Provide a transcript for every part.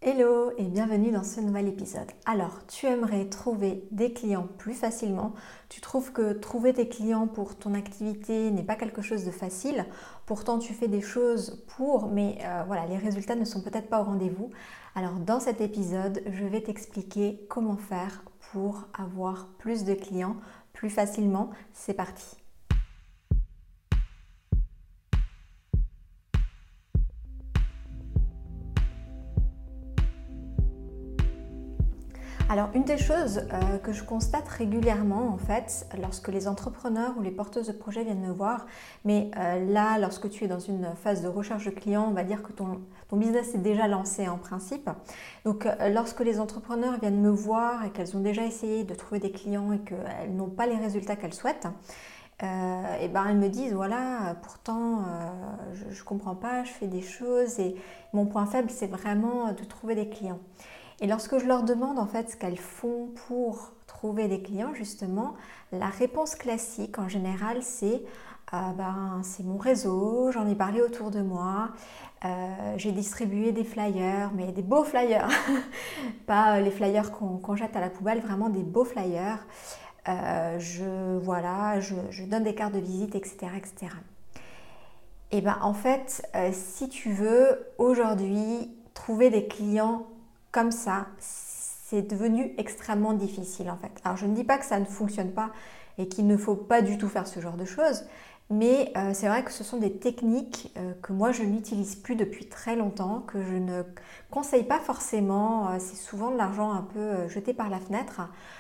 Hello et bienvenue dans ce nouvel épisode. Alors, tu aimerais trouver des clients plus facilement. Tu trouves que trouver des clients pour ton activité n'est pas quelque chose de facile. Pourtant, tu fais des choses pour, mais voilà, les résultats ne sont peut-être pas au rendez-vous. Alors, dans cet épisode, je vais t'expliquer comment faire pour avoir plus de clients plus facilement. C'est parti. Alors, une des choses que je constate régulièrement, en fait, lorsque les entrepreneurs ou les porteuses de projets viennent me voir, mais là, lorsque tu es dans une phase de recherche de clients, on va dire que ton business est déjà lancé en principe. Donc, lorsque les entrepreneurs viennent me voir et qu'elles ont déjà essayé de trouver des clients et qu'elles n'ont pas les résultats qu'elles souhaitent, et ben elles me disent voilà, pourtant je ne comprends pas, je fais des choses et mon point faible c'est vraiment de trouver des clients. Et lorsque je leur demande en fait ce qu'elles font pour trouver des clients, justement, la réponse classique en général c'est c'est mon réseau, j'en ai parlé autour de moi, j'ai distribué des flyers, mais des beaux flyers, pas les flyers qu'on jette à la poubelle, vraiment des beaux flyers. Je donne des cartes de visite, etc. etc. Et ben en fait, si tu veux aujourd'hui trouver des clients comme ça, c'est devenu extrêmement difficile en fait. Alors je ne dis pas que ça ne fonctionne pas et qu'il ne faut pas du tout faire ce genre de choses, mais c'est vrai que ce sont des techniques que moi je n'utilise plus depuis très longtemps, que je ne conseille pas forcément. C'est souvent de l'argent un peu jeté par la fenêtre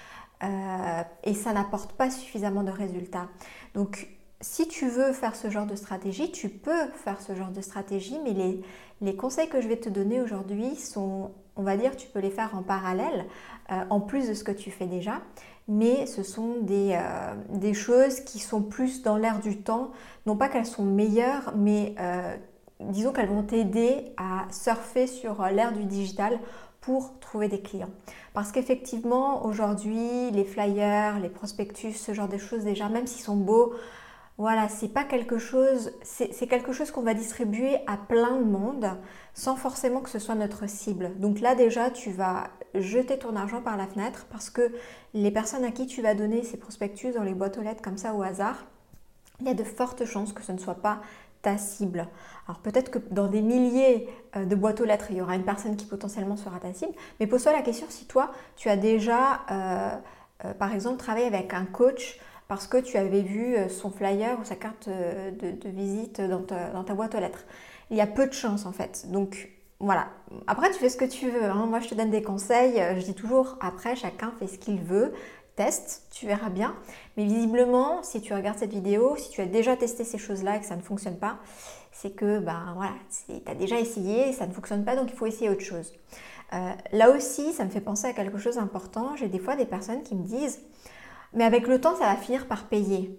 et ça n'apporte pas suffisamment de résultats. Donc si tu veux faire ce genre de stratégie, tu peux faire ce genre de stratégie, mais les conseils que je vais te donner aujourd'hui sont, on va dire, tu peux les faire en parallèle, en plus de ce que tu fais déjà, mais ce sont des choses qui sont plus dans l'air du temps, non pas qu'elles sont meilleures, mais disons qu'elles vont t'aider à surfer sur l'ère du digital pour trouver des clients. Parce qu'effectivement, aujourd'hui, les flyers, les prospectus, ce genre de choses déjà, même s'ils sont beaux, voilà, c'est pas quelque chose, c'est quelque chose qu'on va distribuer à plein de monde sans forcément que ce soit notre cible. Donc là déjà, tu vas jeter ton argent par la fenêtre parce que les personnes à qui tu vas donner ces prospectus dans les boîtes aux lettres comme ça au hasard, il y a de fortes chances que ce ne soit pas ta cible. Alors peut-être que dans des milliers de boîtes aux lettres, il y aura une personne qui potentiellement sera ta cible, mais pose-toi la question si toi, tu as déjà, par exemple, travaillé avec un coach parce que tu avais vu son flyer ou sa carte de visite dans ta boîte aux lettres. Il y a peu de chances en fait. Donc voilà. Après, tu fais ce que tu veux, hein. Moi, je te donne des conseils. Je dis toujours, après, chacun fait ce qu'il veut. Teste, tu verras bien. Mais visiblement, si tu regardes cette vidéo, si tu as déjà testé ces choses-là et que ça ne fonctionne pas, c'est que voilà, tu as déjà essayé et ça ne fonctionne pas, donc il faut essayer autre chose. Là aussi, ça me fait penser à quelque chose d'important. J'ai des fois des personnes qui me disent mais avec le temps, ça va finir par payer.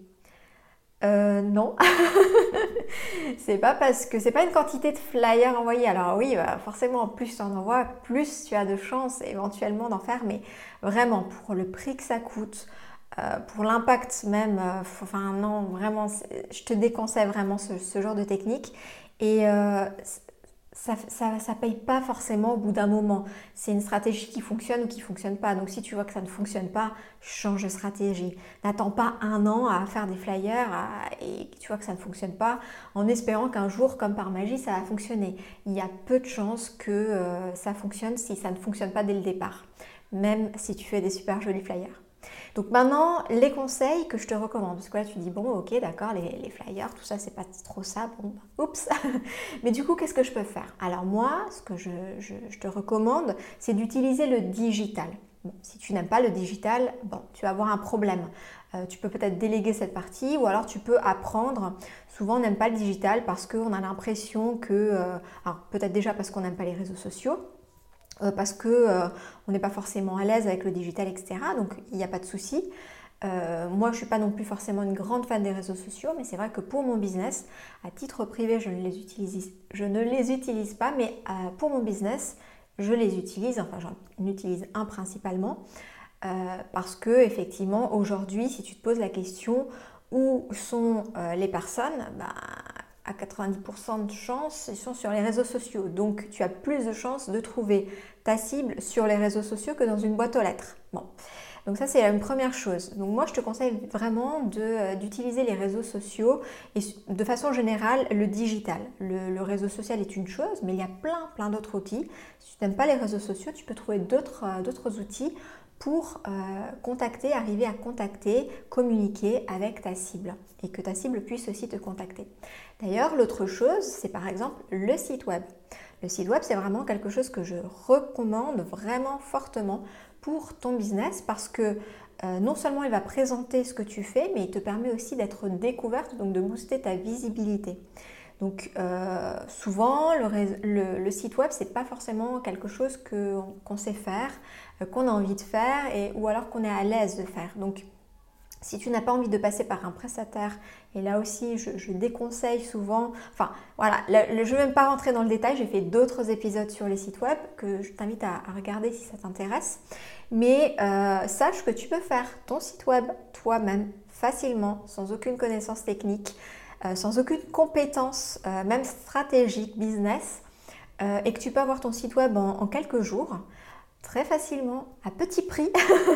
Non, c'est pas parce que c'est pas une quantité de flyers envoyés. Alors oui, forcément, plus tu en envoies, plus tu as de chances éventuellement d'en faire, mais vraiment pour le prix que ça coûte, pour l'impact même, enfin non, vraiment, je te déconseille vraiment ce genre de technique. Et ça paye pas forcément au bout d'un moment. C'est une stratégie qui fonctionne ou qui fonctionne pas. Donc si tu vois que ça ne fonctionne pas, change de stratégie. N'attends pas un an à faire des flyers et tu vois que ça ne fonctionne pas en espérant qu'un jour, comme par magie, ça va fonctionner. Il y a peu de chances que ça fonctionne si ça ne fonctionne pas dès le départ, même si tu fais des super jolis flyers. Donc maintenant, les conseils que je te recommande, parce que là tu dis bon ok d'accord, les flyers, tout ça c'est pas trop ça, bon oups. Mais du coup qu'est-ce que je peux faire? Alors moi, ce que je te recommande, c'est d'utiliser le digital. Bon, si tu n'aimes pas le digital, bon, tu vas avoir un problème. Tu peux peut-être déléguer cette partie ou alors tu peux apprendre. Souvent on n'aime pas le digital parce qu'on a l'impression que, alors peut-être déjà parce qu'on n'aime pas les réseaux sociaux, parce que on n'est pas forcément à l'aise avec le digital, etc. Donc il n'y a pas de souci. Moi, je ne suis pas non plus forcément une grande fan des réseaux sociaux, mais c'est vrai que pour mon business, à titre privé, je ne les utilise pas, mais pour mon business, je les utilise, enfin j'en utilise un principalement, parce que effectivement, aujourd'hui, si tu te poses la question où sont les personnes, à 90% de chances, ils sont sur les réseaux sociaux. Donc, tu as plus de chances de trouver ta cible sur les réseaux sociaux que dans une boîte aux lettres. Bon. Donc ça, c'est une première chose. Donc moi, je te conseille vraiment d'utiliser les réseaux sociaux et de façon générale, le digital. Le réseau social est une chose, mais il y a plein d'autres outils. Si tu n'aimes pas les réseaux sociaux, tu peux trouver d'autres outils pour arriver à contacter, communiquer avec ta cible et que ta cible puisse aussi te contacter. D'ailleurs, l'autre chose, c'est par exemple le site web. Le site web, c'est vraiment quelque chose que je recommande vraiment fortement pour ton business parce que non seulement il va présenter ce que tu fais, mais il te permet aussi d'être découverte, donc de booster ta visibilité. Donc souvent, le site web, c'est pas forcément quelque chose qu'on sait faire, qu'on a envie de faire ou alors qu'on est à l'aise de faire. Donc si tu n'as pas envie de passer par un prestataire, et là aussi je déconseille souvent, enfin voilà, je ne vais même pas rentrer dans le détail, j'ai fait d'autres épisodes sur les sites web que je t'invite à regarder si ça t'intéresse. Mais sache que tu peux faire ton site web toi-même facilement, sans aucune connaissance technique, sans aucune compétence, même stratégique, business, et que tu peux avoir ton site web en quelques jours, très facilement, à petit prix.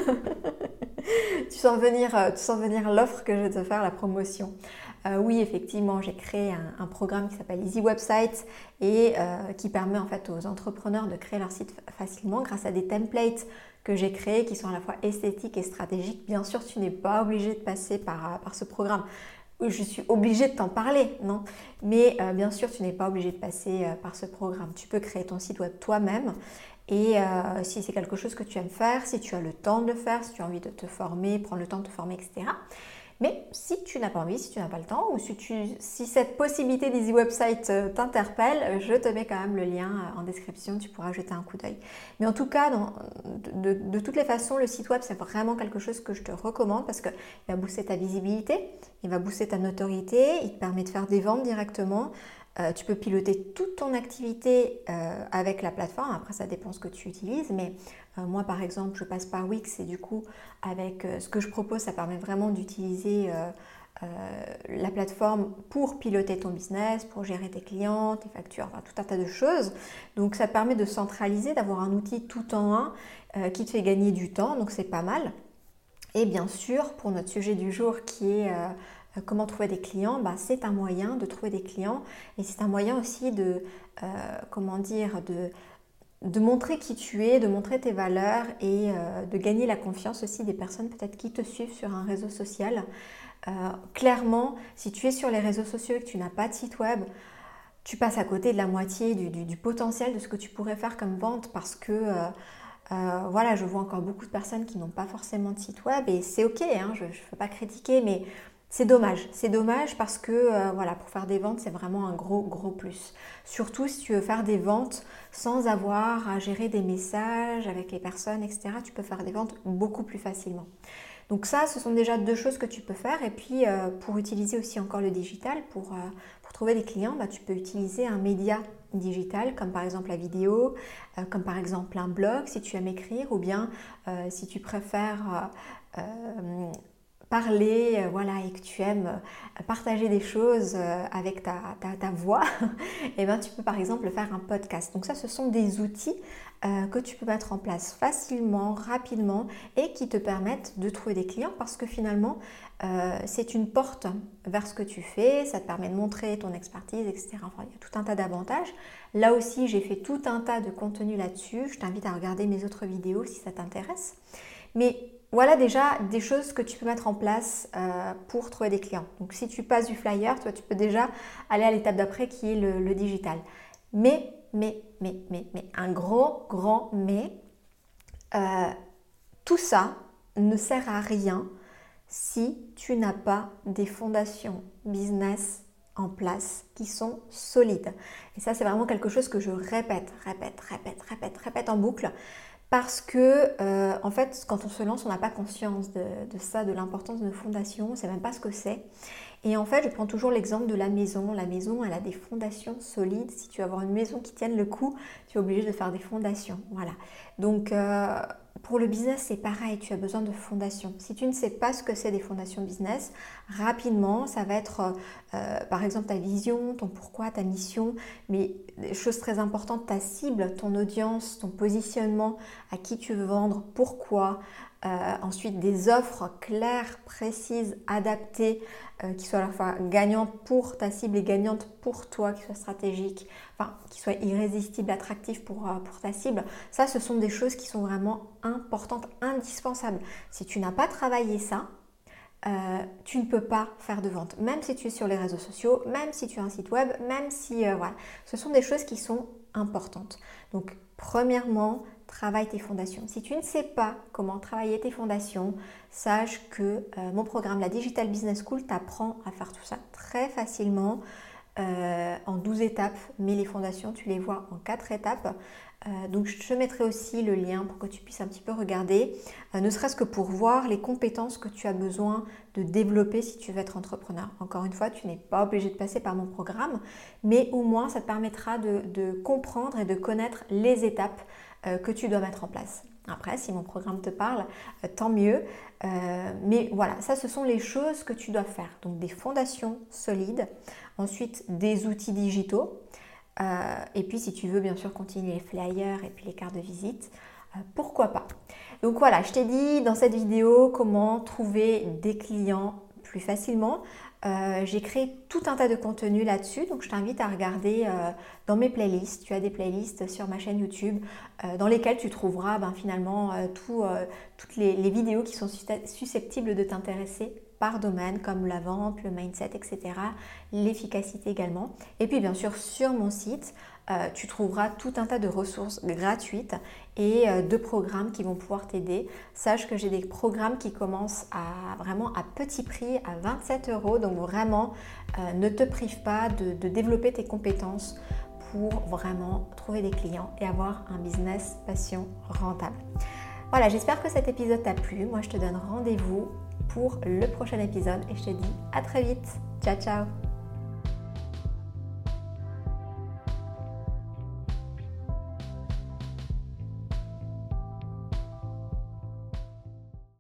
Tu sens venir l'offre que je vais te faire, la promotion. Oui, effectivement, j'ai créé un programme qui s'appelle Easy Website et qui permet en fait aux entrepreneurs de créer leur site facilement grâce à des templates que j'ai créés qui sont à la fois esthétiques et stratégiques. Bien sûr, tu n'es pas obligé de passer par ce programme. Je suis obligée de t'en parler, non? Mais bien sûr, tu n'es pas obligé de passer par ce programme. Tu peux créer ton site web toi-même. Et si c'est quelque chose que tu aimes faire, si tu as le temps de le faire, si tu as envie de te former, prendre le temps de te former, etc. Mais si tu n'as pas envie, si tu n'as pas le temps, ou si cette possibilité d'Easy Website t'interpelle, je te mets quand même le lien en description, tu pourras jeter un coup d'œil. Mais en tout cas, de toutes les façons, le site web, c'est vraiment quelque chose que je te recommande parce qu'il va booster ta visibilité, il va booster ta notoriété, il te permet de faire des ventes directement. Tu peux piloter toute ton activité avec la plateforme. Après, ça dépend ce que tu utilises. Mais moi, par exemple, je passe par Wix et du coup, avec ce que je propose, ça permet vraiment d'utiliser la plateforme pour piloter ton business, pour gérer tes clients, tes factures, enfin tout un tas de choses. Donc, ça te permet de centraliser, d'avoir un outil tout en un qui te fait gagner du temps. Donc, c'est pas mal. Et bien sûr, pour notre sujet du jour qui est comment trouver des clients, c'est un moyen de trouver des clients et c'est un moyen aussi de montrer qui tu es, de montrer tes valeurs et de gagner la confiance aussi des personnes peut-être qui te suivent sur un réseau social. Clairement, si tu es sur les réseaux sociaux et que tu n'as pas de site web, tu passes à côté de la moitié du potentiel de ce que tu pourrais faire comme vente parce que voilà, je vois encore beaucoup de personnes qui n'ont pas forcément de site web et c'est ok, hein, je ne veux pas critiquer, mais c'est dommage parce que voilà, pour faire des ventes, c'est vraiment un gros plus. Surtout si tu veux faire des ventes sans avoir à gérer des messages avec les personnes, etc. Tu peux faire des ventes beaucoup plus facilement. Donc ça, ce sont déjà deux choses que tu peux faire. Et puis, pour utiliser aussi encore le digital, pour trouver des clients, tu peux utiliser un média digital, comme par exemple la vidéo, comme par exemple un blog, si tu aimes écrire, ou bien si tu préfères parler, voilà, et que tu aimes partager des choses avec ta voix, et ben tu peux par exemple faire un podcast. Donc ça, ce sont des outils que tu peux mettre en place facilement, rapidement et qui te permettent de trouver des clients parce que finalement, c'est une porte vers ce que tu fais, ça te permet de montrer ton expertise, etc. Enfin, il y a tout un tas d'avantages. Là aussi, j'ai fait tout un tas de contenu là-dessus. Je t'invite à regarder mes autres vidéos si ça t'intéresse. Mais voilà déjà des choses que tu peux mettre en place pour trouver des clients. Donc si tu passes du flyer, toi, tu peux déjà aller à l'étape d'après qui est le digital. Mais, un grand mais, tout ça ne sert à rien si tu n'as pas des fondations business en place qui sont solides. Et ça, c'est vraiment quelque chose que je répète en boucle. Parce que, en fait, quand on se lance, on n'a pas conscience de ça, de l'importance de nos fondations, on ne sait même pas ce que c'est. Et en fait, je prends toujours l'exemple de la maison. La maison, elle a des fondations solides. Si tu veux avoir une maison qui tienne le coup, tu es obligé de faire des fondations. Voilà. Donc, pour le business, c'est pareil, tu as besoin de fondations. Si tu ne sais pas ce que c'est des fondations business, rapidement, ça va être par exemple ta vision, ton pourquoi, ta mission, mais des choses très importantes, ta cible, ton audience, ton positionnement, à qui tu veux vendre, pourquoi. Ensuite, des offres claires, précises, adaptées, qui soient à la fois gagnantes pour ta cible et gagnantes pour toi, qui soient stratégiques, enfin, qui soient irrésistibles, attractives pour ta cible. Ça, ce sont des choses qui sont vraiment importantes, indispensables. Si tu n'as pas travaillé ça, tu ne peux pas faire de vente, même si tu es sur les réseaux sociaux, même si tu as un site web, même si, voilà. Ce sont des choses qui sont importantes. Donc, premièrement, travaille tes fondations. Si tu ne sais pas comment travailler tes fondations, sache que mon programme, la Digital Business School, t'apprend à faire tout ça très facilement en 12 étapes, mais les fondations, tu les vois en 4 étapes. Donc je te mettrai aussi le lien pour que tu puisses un petit peu regarder, ne serait-ce que pour voir les compétences que tu as besoin de développer si tu veux être entrepreneur. Encore une fois, tu n'es pas obligé de passer par mon programme, mais au moins ça te permettra de comprendre et de connaître les étapes que tu dois mettre en place. Après, si mon programme te parle, tant mieux. Mais voilà, ça ce sont les choses que tu dois faire. Donc des fondations solides, ensuite des outils digitaux. Et puis si tu veux bien sûr continuer les flyers et puis les cartes de visite, pourquoi pas. Donc voilà, je t'ai dit dans cette vidéo comment trouver des clients plus facilement. J'ai créé tout un tas de contenus là-dessus, donc je t'invite à regarder dans mes playlists. Tu as des playlists sur ma chaîne YouTube dans lesquelles tu trouveras finalement toutes les vidéos qui sont susceptibles de t'intéresser par domaine, comme la vente, le mindset, etc., l'efficacité également. Et puis bien sûr sur mon site, tu trouveras tout un tas de ressources gratuites et de programmes qui vont pouvoir t'aider. Sache que j'ai des programmes qui commencent vraiment à petit prix, à 27 €. Donc vraiment, ne te prive pas de développer tes compétences pour vraiment trouver des clients et avoir un business passion rentable. Voilà, j'espère que cet épisode t'a plu. Moi, je te donne rendez-vous pour le prochain épisode et je te dis à très vite. Ciao, ciao!